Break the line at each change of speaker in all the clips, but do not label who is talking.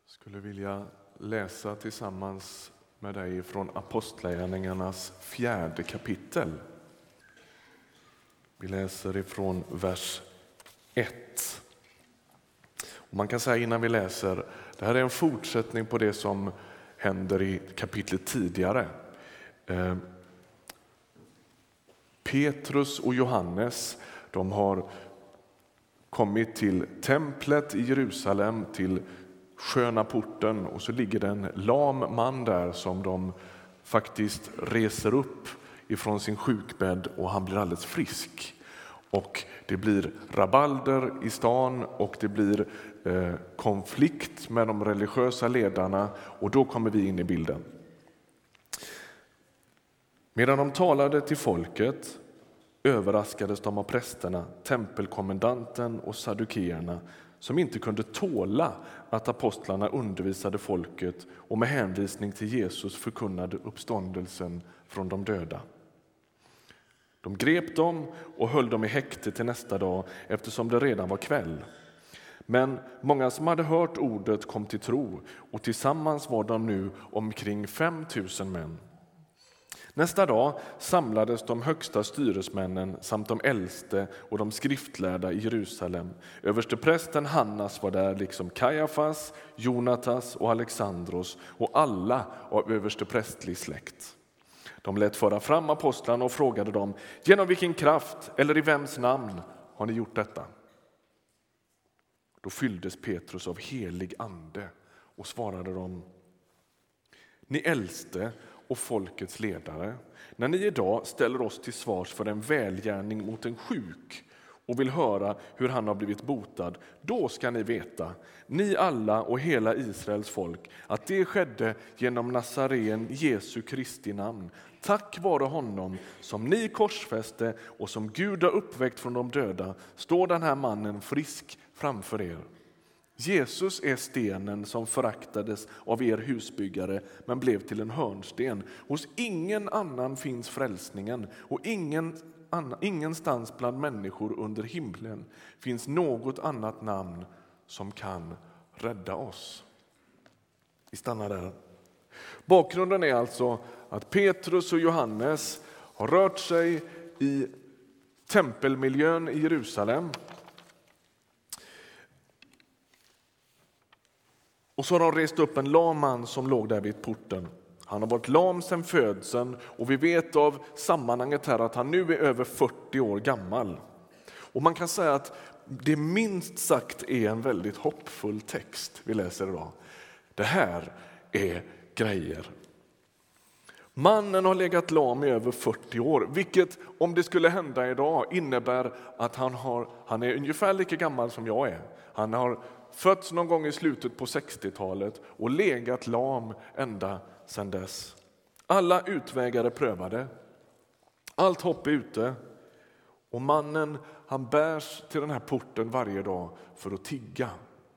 skulle vilja läsa tillsammans med dig från Apostlagärningarnas 4:e kapitel. Vi läser ifrån vers 1. Och man kan säga innan vi läser, det här är en fortsättning på det som händer i kapitlet tidigare. Petrus och Johannes, de har kommit till templet i Jerusalem, till sköna porten, och så ligger det en lam man där som de faktiskt reser upp ifrån sin sjukbädd och han blir alldeles frisk. Och det blir rabalder i stan och det blir konflikt med de religiösa ledarna, och då kommer vi in i bilden. Medan de talade till folket överraskades de av prästerna, tempelkommendanten och saddukeerna, som inte kunde tåla att apostlarna undervisade folket och med hänvisning till Jesus förkunnade uppståndelsen från de döda. De grep dem och höll dem i häkte till nästa dag, eftersom det redan var kväll. Men många som hade hört ordet kom till tro, och tillsammans var de nu omkring 5 000 män. Nästa dag samlades de högsta styresmännen samt de äldste och de skriftlärda i Jerusalem. Översteprästen Hannas var där, liksom Kajafas, Jonatas och Alexandros, och alla av översteprästlig släkt. De lät föra fram apostlarna och frågade dem: genom vilken kraft eller i vems namn har ni gjort detta? Då fylldes Petrus av helig ande och svarade dem: ni äldste och folkets ledare, när ni idag ställer oss till svars för en välgärning mot en sjuk och vill höra hur han har blivit botad, då ska ni veta, ni alla och hela Israels folk, att det skedde genom Nazaren Jesu Kristi namn. Tack vare honom som ni korsfäste och som Gud har uppväckt från de döda står den här mannen frisk framför er. Jesus är stenen som föraktades av er husbyggare men blev till en hörnsten. Hos ingen annan finns frälsningen, och ingenstans bland människor under himlen finns något annat namn som kan rädda oss. Vi stannar där. Bakgrunden är alltså att Petrus och Johannes har rört sig i tempelmiljön i Jerusalem. Och så har de rest upp en lam man som låg där vid porten. Han har varit lam sedan födseln, och vi vet av sammanhanget här att han nu är över 40 år gammal. Och man kan säga att det minst sagt är en väldigt hoppfull text vi läser idag. Det här är grejer. Mannen har legat lam i över 40 år, vilket om det skulle hända idag innebär att han är ungefär lika gammal som jag är. Han har fötts någon gång i slutet på 60-talet och legat lam ända sedan dess. Alla utvägar är prövade. Allt hopp är ute. Och mannen, han bärs till den här porten varje dag för att tigga.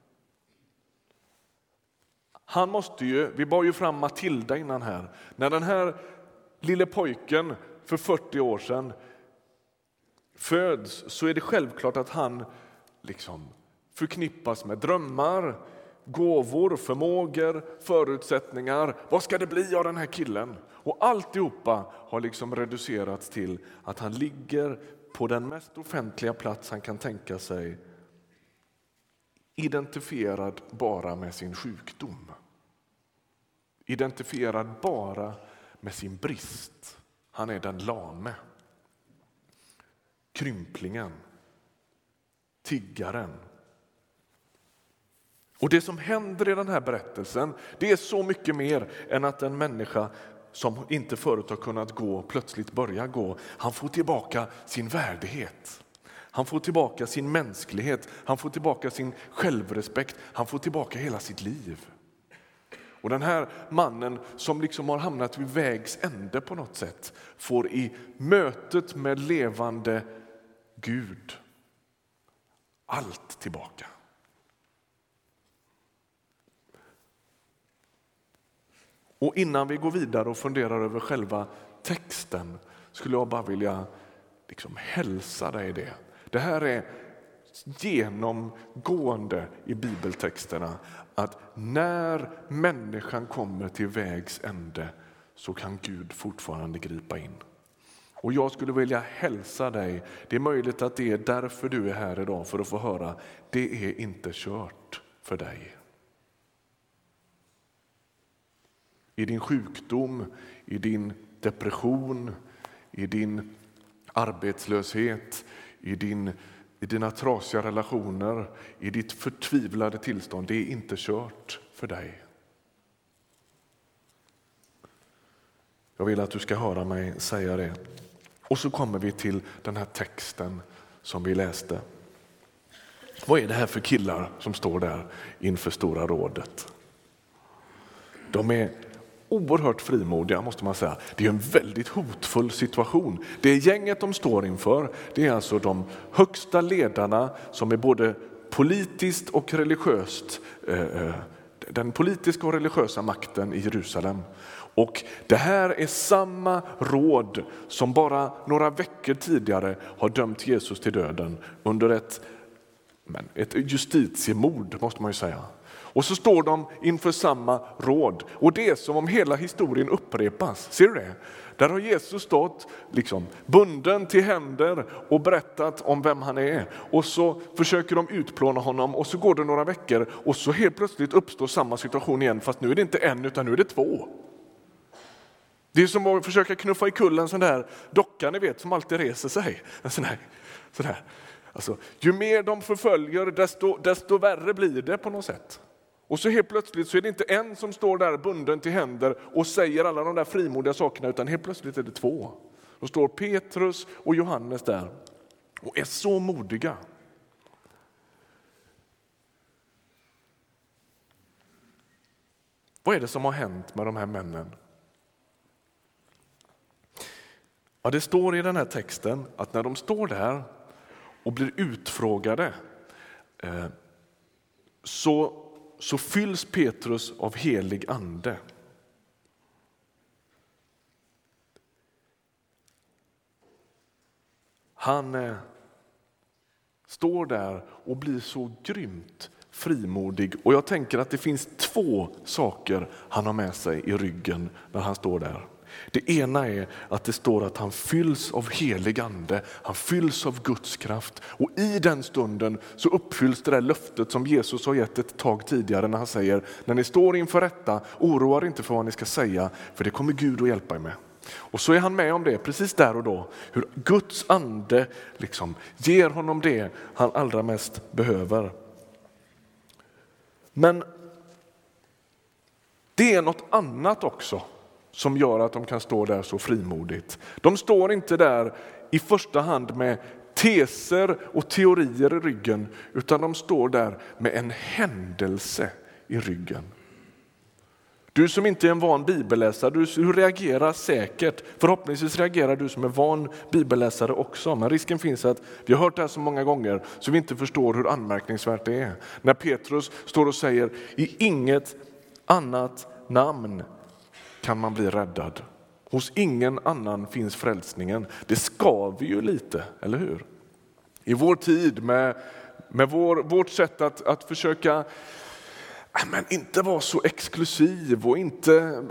Han måste ju, vi bar ju fram Matilda innan här. När den här lille pojken för 40 år sedan föds, så är det självklart att han liksom förknippas med drömmar, gåvor, förmågor, förutsättningar. Vad ska det bli av den här killen? Och alltihopa har liksom reducerats till att han ligger på den mest offentliga plats han kan tänka sig, identifierad bara med sin sjukdom. Identifierad bara med sin brist. Han är den lame. Krymplingen. Tiggaren. Och det som händer i den här berättelsen, det är så mycket mer än att en människa som inte förut har kunnat gå plötsligt börjar gå. Han får tillbaka sin värdighet. Han får tillbaka sin mänsklighet. Han får tillbaka sin självrespekt. Han får tillbaka hela sitt liv. Och den här mannen som liksom har hamnat vid vägs ände på något sätt får i mötet med levande Gud allt tillbaka. Och innan vi går vidare och funderar över själva texten skulle jag bara vilja liksom hälsa dig det. Det här är genomgående i bibeltexterna att när människan kommer till vägs ände så kan Gud fortfarande gripa in. Och jag skulle vilja hälsa dig, det är möjligt att det är därför du är här idag, för att få höra, det är inte kört för dig. I din sjukdom, i din depression, i din arbetslöshet, i dina trasiga relationer, i ditt förtvivlade tillstånd, det är inte kört för dig. Jag vill att du ska höra mig säga det. Och så kommer vi till den här texten som vi läste. Vad är det här för killar som står där inför Stora rådet? De är oerhört frimodiga, måste man säga. Det är en väldigt hotfull situation. Det gänget de står inför, det är alltså de högsta ledarna som är både politiskt och religiöst, den politiska och religiösa makten i Jerusalem. Och det här är samma råd som bara några veckor tidigare har dömt Jesus till döden under ett justitiemord, måste man ju säga. Och så står de inför samma råd. Och det är som om hela historien upprepas. Ser du det? Där har Jesus stått bunden till händer och berättat om vem han är. Och så försöker de utplåna honom och så går det några veckor och så helt plötsligt uppstår samma situation igen, fast nu är det inte en utan nu är det två. Det är som att försöka knuffa i kull en sån där docka, ni vet, som alltid reser sig. En sån här. Alltså, ju mer de förföljer, desto värre blir det på något sätt. Och så helt plötsligt så är det inte en som står där bunden till händer och säger alla de där frimodiga sakerna, utan helt plötsligt är det två. Då står Petrus och Johannes där och är så modiga. Vad är det som har hänt med de här männen? Ja, det står i den här texten att när de står där och blir utfrågade så fylls Petrus av helig ande. Han står där och blir så grymt frimodig. Och jag tänker att det finns två saker han har med sig i ryggen när han står där. Det ena är att det står att han fylls av helig ande, han fylls av Guds kraft. Och i den stunden så uppfylls det där löftet som Jesus har gett ett tag tidigare när han säger: när ni står inför rätta, oroa er inte för vad ni ska säga, för det kommer Gud att hjälpa er med. Och så är han med om det precis där och då, hur Guds ande ger honom det han allra mest behöver. Men det är något annat också som gör att de kan stå där så frimodigt. De står inte där i första hand med teser och teorier i ryggen, utan de står där med en händelse i ryggen. Du som inte är en van bibelläsare, du reagerar säkert. Förhoppningsvis reagerar du som är van bibelläsare också. Men risken finns att vi har hört det här så många gånger så vi inte förstår hur anmärkningsvärt det är. När Petrus står och säger: i inget annat namn kan man bli räddad. Hos ingen annan finns frälsningen. Det skaver ju lite, eller hur? I vår tid med vårt sätt att försöka inte vara så exklusiv och inte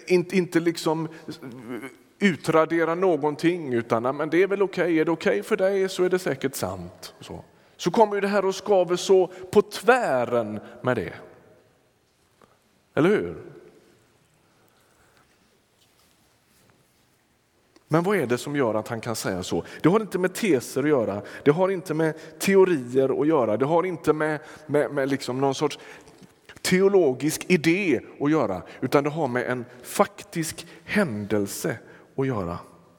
utradera någonting, utan men det är väl okej. Är det okej för dig så är det säkert sant. Så kommer ju det här och skaver så på tvären med det. Eller hur? Men vad är det som gör att han kan säga så? Det har inte med teser att göra. Det har inte med teorier att göra. Det har inte med någon sorts teologisk idé att göra. Utan det har med en faktisk händelse att göra.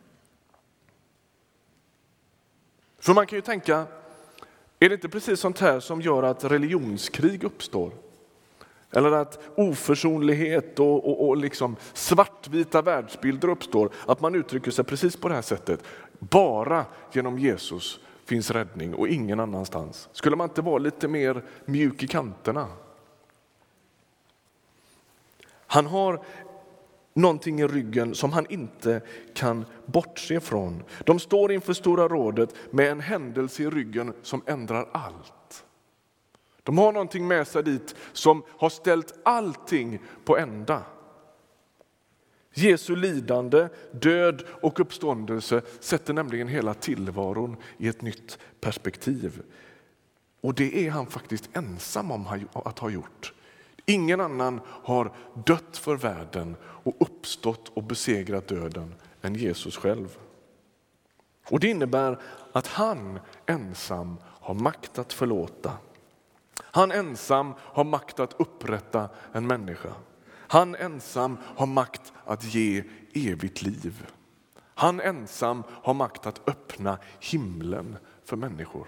För man kan ju tänka, är det inte precis sånt här som gör att religionskrig uppstår? Eller att oförsonlighet och svartvita världsbilder uppstår. Att man uttrycker sig precis på det här sättet. Bara genom Jesus finns räddning och ingen annanstans. Skulle man inte vara lite mer mjuk i kanterna? Han har någonting i ryggen som han inte kan bortse från. De står inför Stora rådet med en händelse i ryggen som ändrar allt. De har någonting med sig dit som har ställt allting på ända. Jesu lidande, död och uppståndelse sätter nämligen hela tillvaron i ett nytt perspektiv. Och det är han faktiskt ensam om att ha gjort. Ingen annan har dött för världen och uppstått och besegrat döden än Jesus själv. Och det innebär att han ensam har makt att förlåta. Han ensam har makt att upprätta en människa. Han ensam har makt att ge evigt liv. Han ensam har makt att öppna himlen för människor.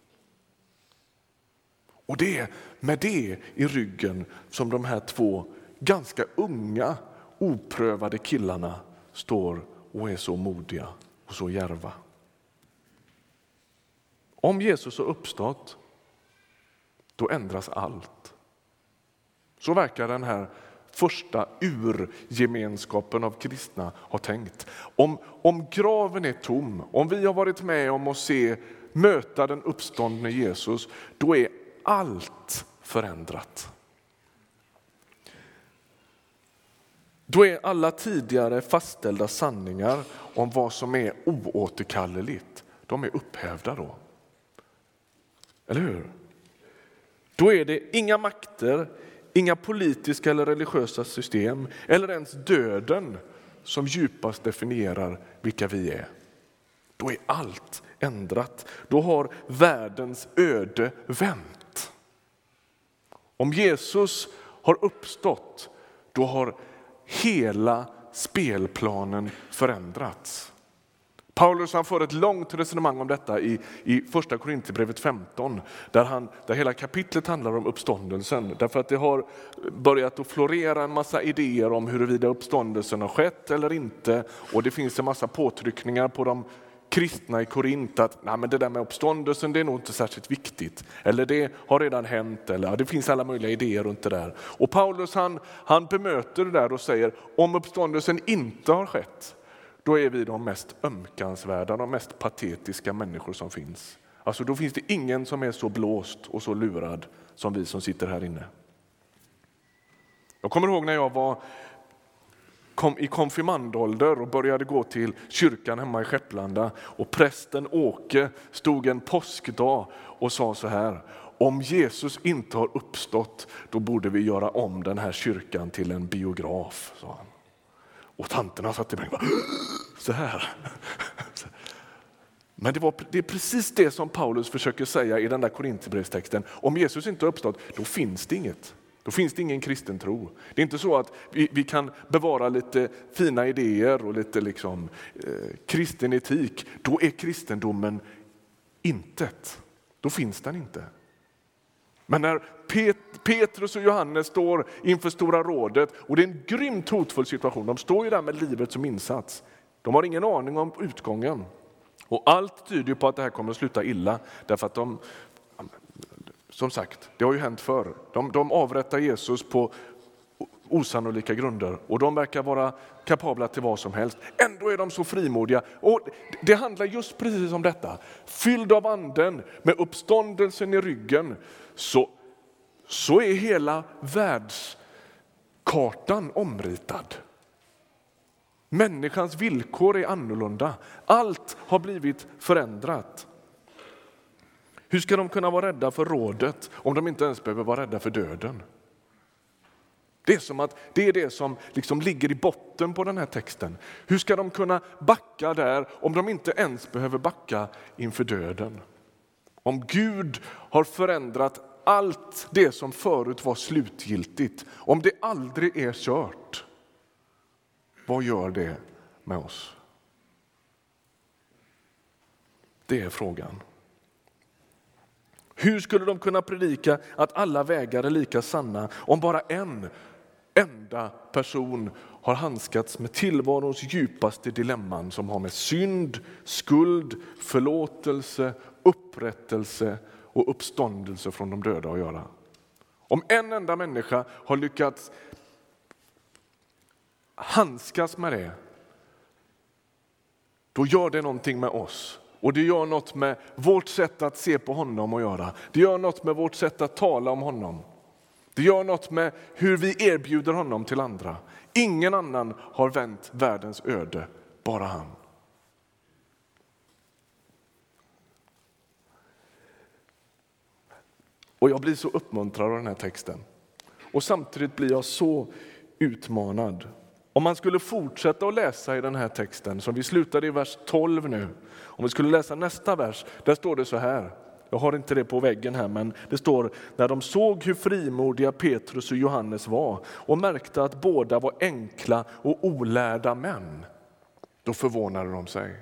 Och det är med det i ryggen som de här två ganska unga, oprövade killarna står och är så modiga och så djärva. Om Jesus har uppstått, då ändras allt. Så verkar den här första urgemenskapen av kristna ha tänkt. Om graven är tom, om vi har varit med om att möta den uppståndne Jesus, då är allt förändrat. Då är alla tidigare fastställda sanningar om vad som är oåterkalleligt, de är upphävda då. Eller hur? Då är det inga makter, inga politiska eller religiösa system eller ens döden som djupast definierar vilka vi är. Då är allt ändrat. Då har världens öde vänt. Om Jesus har uppstått, då har hela spelplanen förändrats. Paulus han för ett långt resonemang om detta i första Korinthierbrevet 15, där hela kapitlet handlar om uppståndelsen. Därför att det har börjat att florera en massa idéer om huruvida uppståndelsen har skett eller inte. Och det finns en massa påtryckningar på de kristna i Korint att nej, men det där med uppståndelsen, det är nog inte särskilt viktigt. Eller det har redan hänt, eller det finns alla möjliga idéer runt det där. Och Paulus han bemöter det där och säger, om uppståndelsen inte har skett, då är vi de mest ömkansvärda, de mest patetiska människor som finns. Alltså då finns det ingen som är så blåst och så lurad som vi som sitter här inne. Jag kommer ihåg när jag kom i konfirmandålder och började gå till kyrkan hemma i Skepplanda, och prästen Åke stod en påskdag och sa så här: om Jesus inte har uppstått, då borde vi göra om den här kyrkan till en biograf, sa han. Och tanterna satt i mig så här. Men det är precis det som Paulus försöker säga i den där Korinthierbrevstexten. Om Jesus inte har uppstått, då finns det inget. Då finns det ingen kristen tro. Det är inte så att vi kan bevara lite fina idéer och lite kristen etik. Då är kristendomen intet. Då finns den inte. Men när Petrus och Johannes står inför Stora rådet, och det är en grymt hotfull situation. De står ju där med livet som insats. De har ingen aning om utgången. Och allt tyder på att det här kommer att sluta illa. Därför att som sagt, det har ju hänt förr. De avrättar Jesus på osannolika grunder. Och de verkar vara kapabla till vad som helst. Ändå är de så frimodiga. Och det handlar just precis om detta. Fylld av anden, med uppståndelsen i ryggen, så är hela världskartan omritad. Människans villkor är annorlunda. Allt har blivit förändrat. Hur ska de kunna vara rädda för rådet om de inte ens behöver vara rädda för döden? Det är som att det är det som ligger i botten på den här texten. Hur ska de kunna backa där om de inte ens behöver backa inför döden? Om Gud har förändrat allt det som förut var slutgiltigt, om det aldrig är kört, vad gör det med oss? Det är frågan. Hur skulle de kunna predika att alla vägar är lika sanna om bara en enda person har handskats med tillvarons djupaste dilemman som har med synd, skuld, förlåtelse, upprättelse och uppståndelse från de döda att göra? Om en enda människa har lyckats handskas med det, då gör det någonting med oss. Och det gör något med vårt sätt att se på honom och göra. Det gör något med vårt sätt att tala om honom. Det gör något med hur vi erbjuder honom till andra. Ingen annan har vänt världens öde, bara han. Och jag blir så uppmuntrad av den här texten. Och samtidigt blir jag så utmanad. Om man skulle fortsätta att läsa i den här texten, som vi slutade i vers 12 nu. Om vi skulle läsa nästa vers, där står det så här. Jag har inte det på väggen här, men det står: när de såg hur frimodiga Petrus och Johannes var och märkte att båda var enkla och olärda män, då förvånade de sig.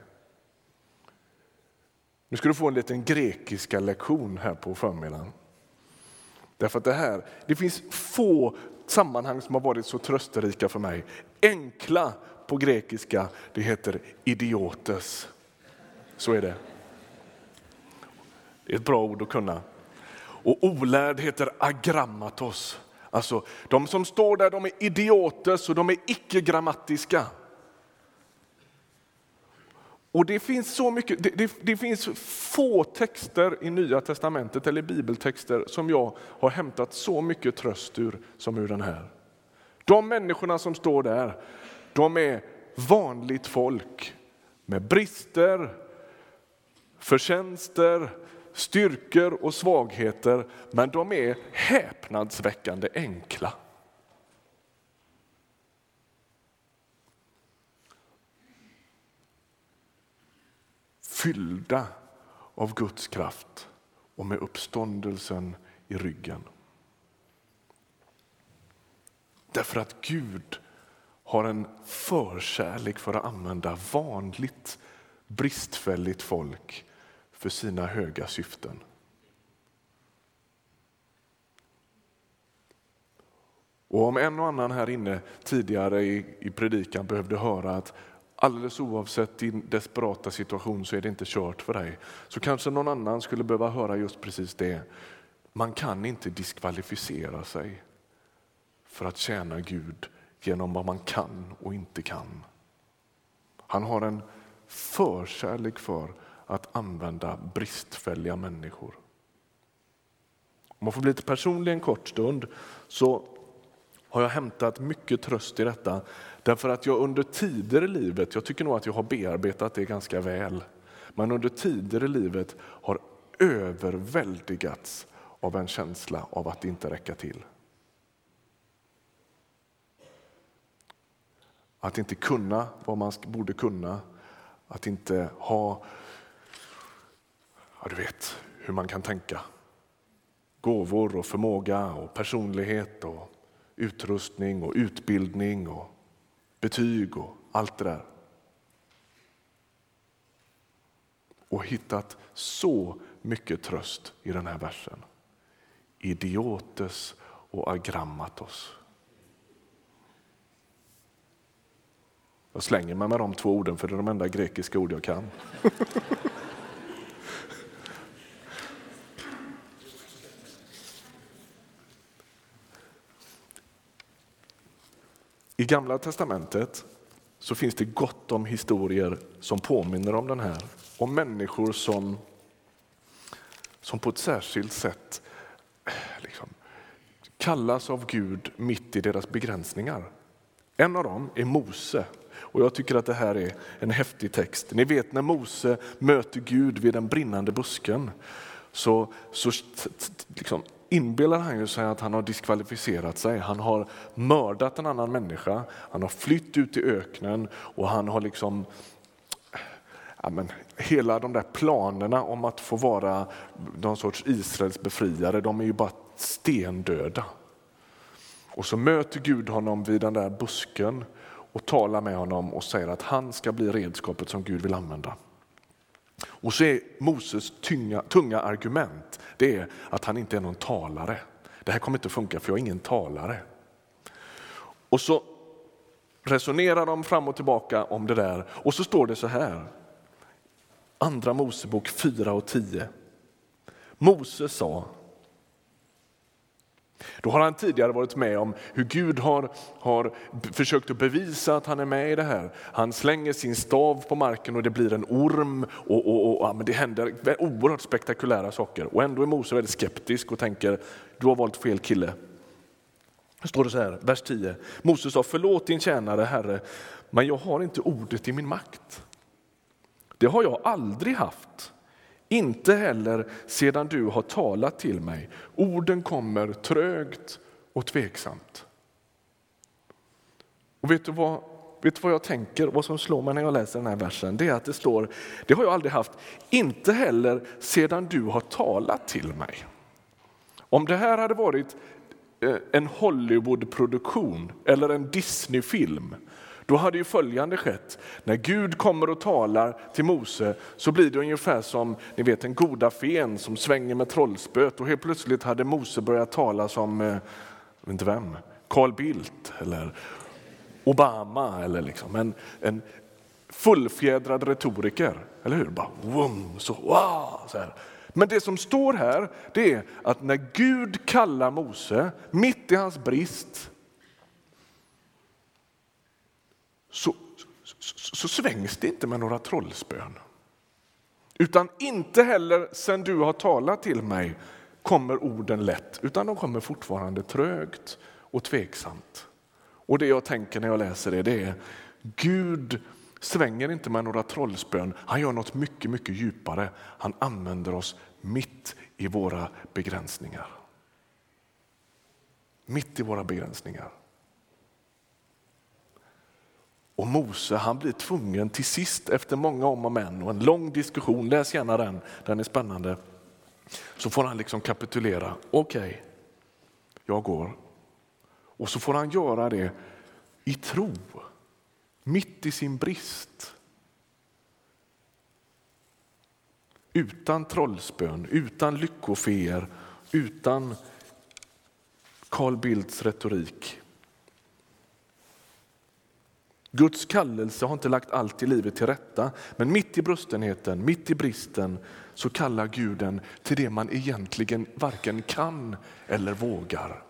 Nu ska du få en liten grekiska lektion här på förmiddagen. Därför att det finns få sammanhang som har varit så trösterika för mig. Enkla på grekiska, det heter idiotes. Så är det. Det är ett bra ord att kunna. Och olärd heter agrammatos. Alltså de som står där, de är idiotes och de är icke-grammatiska. Och det finns så mycket, det finns få texter i Nya testamentet eller bibeltexter som jag har hämtat så mycket tröst ur som ur den här. De människorna som står där, de är vanligt folk med brister, förtjänster, styrkor och svagheter, men de är häpnadsväckande enkla. Fyllda av Guds kraft och med uppståndelsen i ryggen. Därför att Gud har en förkärlek för att använda vanligt bristfälligt folk för sina höga syften. Och om en och annan här inne tidigare i predikan behövde höra att alldeles oavsett din desperata situation så är det inte kört för dig, så kanske någon annan skulle behöva höra just precis det. Man kan inte diskvalificera sig för att tjäna Gud genom vad man kan och inte kan. Han har en förkärlek för att använda bristfälliga människor. Om man får bli lite personlig en kort stund, så har jag hämtat mycket tröst i detta. Därför att jag under tider i livet, jag tycker nog att jag har bearbetat det ganska väl, men under tider i livet har överväldigats av en känsla av att inte räcka till. Att inte kunna vad man borde kunna, att inte ha, ja, du vet hur man kan tänka. Gåvor och förmåga och personlighet och utrustning och utbildning och betyg och allt det där. Och hittat så mycket tröst i den här versen. Idiotes och agrammatos. Jag slänger mig med de två orden för det är de enda grekiska ord jag kan. I Gamla testamentet så finns det gott om historier som påminner om den här. Om människor som på ett särskilt sätt liksom kallas av Gud mitt i deras begränsningar. En av dem är Mose. Och jag tycker att det här är en häftig text. Ni vet när Mose möter Gud vid den brinnande busken, så liksom inbillar han ju sig att han har diskvalificerat sig. Han har mördat en annan människa, han har flytt ut i öknen och han har liksom hela de där planerna om att få vara någon sorts Israels befriare, de är ju bara stendöda. Och så möter Gud honom vid den där busken och talar med honom och säger att han ska bli redskapet som Gud vill använda. Och så är Moses tunga argument, det är att han inte är någon talare. Det här kommer inte att funka för jag är ingen talare. Och så resonerar de fram och tillbaka om det där. Och så står det så här. Andra Mosebok 4:10. Moses sa: Då har han tidigare varit med om hur Gud har försökt att bevisa att han är med i det här. Han slänger sin stav på marken och det blir en orm och men det händer oerhört spektakulära saker. Och ändå är Mose väldigt skeptisk och tänker, du har valt fel kille. Då står det så här, vers 10. Mose sa, förlåt din tjänare Herre, men jag har inte ordet i min makt. Det har jag aldrig haft. Inte heller sedan du har talat till mig. Orden kommer trögt och tveksamt. Och vet du vad jag tänker, vad som slår mig när jag läser den här versen? Det är att det står, det har jag aldrig haft. Inte heller sedan du har talat till mig. Om det här hade varit en Hollywoodproduktion eller en Disneyfilm, då hade ju följande skett. När Gud kommer och talar till Mose så blir det ungefär som ni vet en goda fen som svänger med trollspöt, och helt plötsligt hade Mose börjat tala som, jag vet inte vem, Carl Bildt eller Obama eller liksom en fullfjädrad retoriker, eller hur? Bara så wow, så här. Men det som står här, det är att när Gud kallar Mose mitt i hans brist, så svängs det inte med några trollspön. Utan inte heller sen du har talat till mig kommer orden lätt, utan de kommer fortfarande trögt och tveksamt. Och det jag tänker när jag läser det är Gud svänger inte med några trollspön. Han gör något mycket, mycket djupare. Han använder oss mitt i våra begränsningar. Mitt i våra begränsningar. Och Mose, han blir tvungen till sist efter många om och men och en lång diskussion, läs gärna den är spännande. Så får han liksom kapitulera. Okej, jag går. Och så får han göra det i tro. Mitt i sin brist. Utan trollspön, utan lyckofeer, utan Carl Bildts retorik. Guds kallelse har inte lagt allt i livet till rätta, men mitt i brustenheten, mitt i bristen, så kallar Gud en till det man egentligen varken kan eller vågar.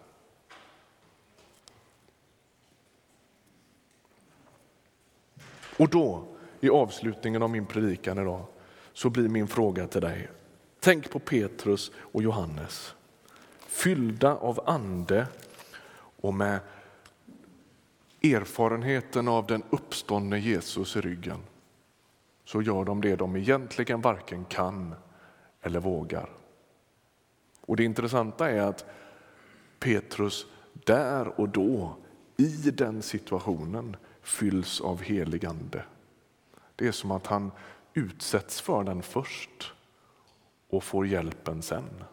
Och då, i avslutningen av min predikan idag, så blir min fråga till dig. Tänk på Petrus och Johannes. Fyllda av ande och med erfarenheten av den uppståndne Jesus i ryggen, så gör de det de egentligen varken kan eller vågar. Och det intressanta är att Petrus där och då i den situationen fylls av helig ande. Det är som att han utsätts för den först och får hjälpen sen.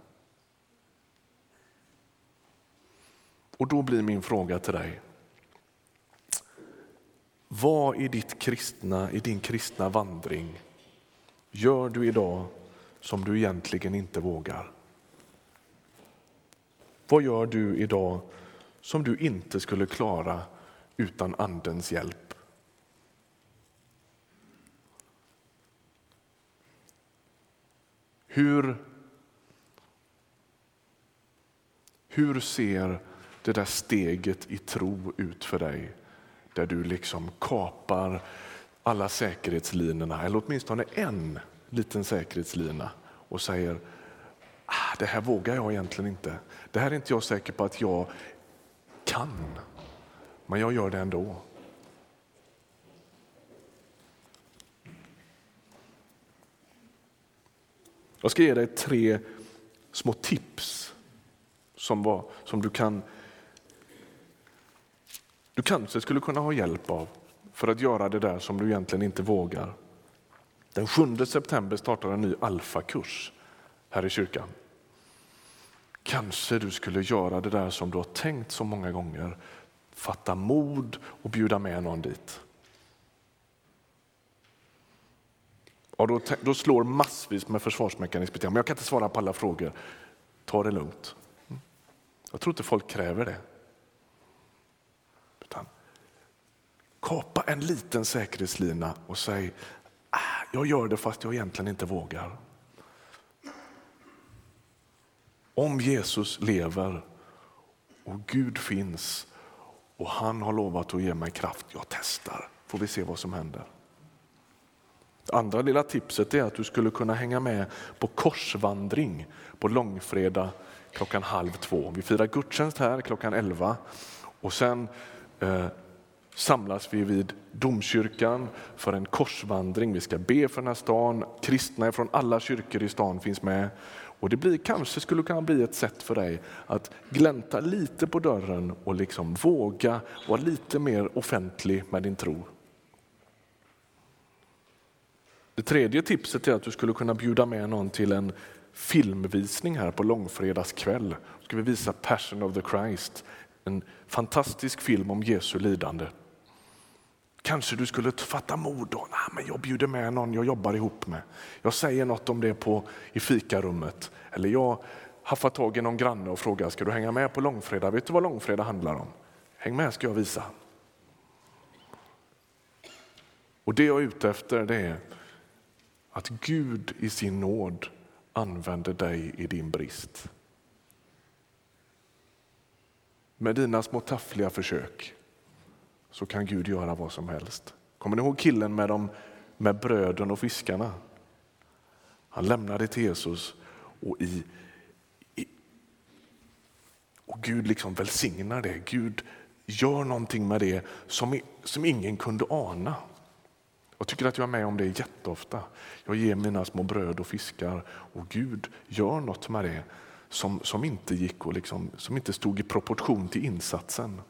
Och då blir min fråga till dig. Vad i din kristna vandring gör du idag som du egentligen inte vågar? Vad gör du idag som du inte skulle klara utan andens hjälp? Hur ser det där steget i tro ut för dig? Där du liksom kapar alla säkerhetslinorna, eller åtminstone en liten säkerhetslina, och säger det här vågar jag egentligen inte. Det här är inte jag säker på att jag kan, men jag gör det ändå. Jag ska ge dig 3 små tips som du kanske skulle kunna ha hjälp av för att göra det där som du egentligen inte vågar. Den 7 september startar en ny alfakurs här i kyrkan. Kanske du skulle göra det där som du har tänkt så många gånger. Fatta mod och bjuda med någon dit. Ja, då slår massvis med försvarsmekanismer till. Men jag kan inte svara på alla frågor. Ta det lugnt. Jag tror inte folk kräver det. Utan kapa en liten säkerhetslina och säg jag gör det fast jag egentligen inte vågar. Om Jesus lever Och Gud finns och han har lovat att ge mig kraft. Jag testar, får vi se vad som händer. Det andra lilla tipset är att du skulle kunna hänga med på korsvandring på långfredag 1:30. Vi firar gudstjänst här 11:00 och sen samlas vi vid domkyrkan för en korsvandring. Vi ska be för den här stan. Kristna från alla kyrkor i stan finns med. Och det kanske skulle kunna bli ett sätt för dig att glänta lite på dörren och liksom våga vara lite mer offentlig med din tro. Det tredje tipset är att du skulle kunna bjuda med någon till en filmvisning här på långfredagskväll. Då ska vi visa Passion of the Christ, en fantastisk film om Jesu lidande. Kanske du skulle fatta mod och men jag bjuder med någon jag jobbar ihop med. Jag säger något om det i fikarummet. Eller jag haffar tag i någon granne och frågar, ska du hänga med på långfredag? Vet du vad långfredag handlar om? Häng med, ska jag visa. Och det jag är ute efter, det är att Gud i sin nåd använder dig i din brist. Med dina små taffliga försök så kan Gud göra vad som helst. Kommer ni ihåg killen med bröden och fiskarna? Han lämnade till Jesus och Gud liksom välsignar det. Gud gör någonting med det som ingen kunde ana. Jag tycker att jag är med om det jätteofta. Jag ger mina små bröd och fiskar och Gud gör något med det som inte gick och som inte stod i proportion till insatsen.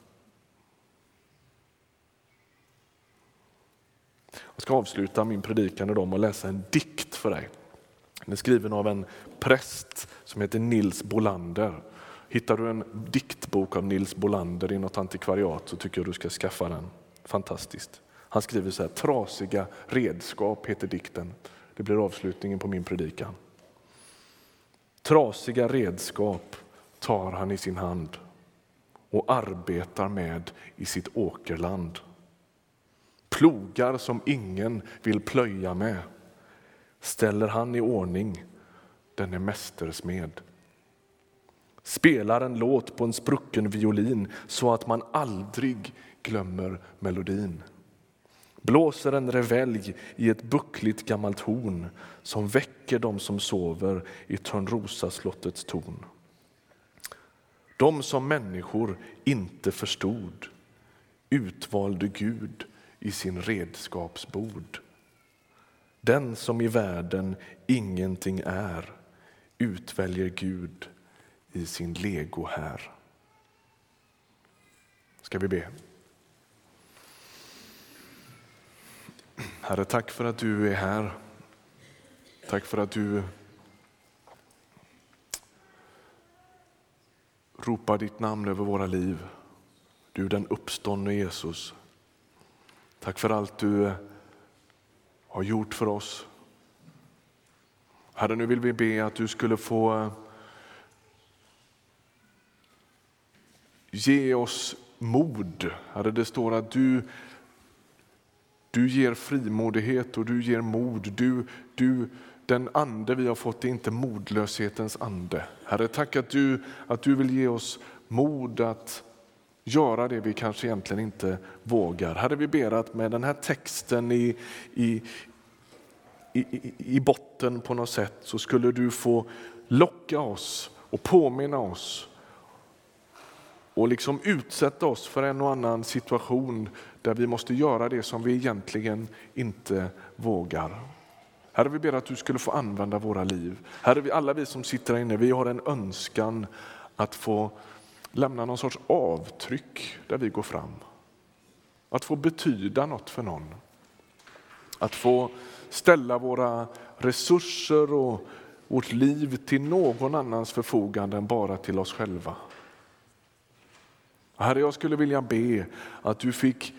Jag ska avsluta min predikan idag med att läsa en dikt för dig. Den är skriven av en präst som heter Nils Bolander. Hittar du en diktbok av Nils Bolander i något antikvariat så tycker jag du ska skaffa den. Fantastiskt. Han skriver så här: trasiga redskap heter dikten. Det blir avslutningen på min predikan. Trasiga redskap tar han i sin hand och arbetar med i sitt åkerland. Plogar som ingen vill plöja med ställer han i ordning, den är mästersmed. Spelar en låt på en sprucken violin så att man aldrig glömmer melodin. Blåser en revelj i ett buckligt gammalt horn som väcker de som sover i Törnrosaslottets torn. De som människor inte förstod utvalde Gud i sin redskapsbord. Den som i världen ingenting är utväljer Gud i sin lego här. Ska vi be? Herre, tack för att du är här. Tack för att du ropar ditt namn över våra liv. Du är den uppståndne Jesus. Tack för allt du har gjort för oss. Herre, nu vill vi be att du skulle få ge oss mod. Herre, det står att du ger frimodighet och du ger mod. Den ande vi har fått är inte modlöshetens ande. Herre, tack att du vill ge oss mod att göra det vi kanske egentligen inte vågar. Herre, vi ber att med den här texten i botten på något sätt så skulle du få locka oss och påminna oss och liksom utsätta oss för en och annan situation där vi måste göra det som vi egentligen inte vågar. Herre, vi ber att du skulle få använda våra liv. Herre, alla vi som sitter här inne, vi har en önskan att få lämna någon sorts avtryck där vi går fram. Att få betyda något för någon. Att få ställa våra resurser och vårt liv till någon annans förfogande än bara till oss själva. Herre, jag skulle vilja be att du fick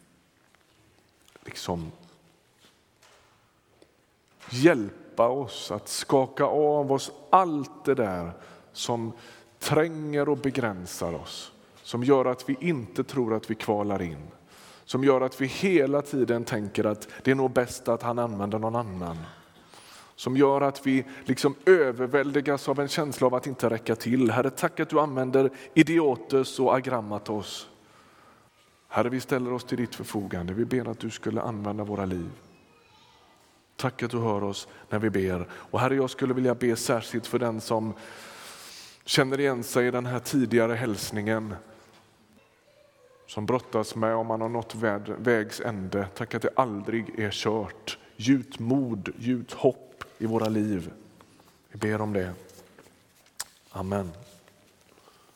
hjälpa oss att skaka av oss allt det där som tränger och begränsar oss. Som gör att vi inte tror att vi kvalar in. Som gör att vi hela tiden tänker att det är nog bäst att han använder någon annan. som gör att vi liksom överväldigas av en känsla av att inte räcka till. Herre, tack att du använder idiotes och agrammatos. Herre, vi ställer oss till ditt förfogande. Vi ber att du skulle använda våra liv. Tack att du hör oss när vi ber. Och Herre, jag skulle vilja be särskilt för den som känner igen sig i den här tidigare hälsningen. Som brottas med om man har nått vägs ände. Tack att det aldrig är kört. Gjut mod, gjut hopp i våra liv. Vi ber om det. Amen.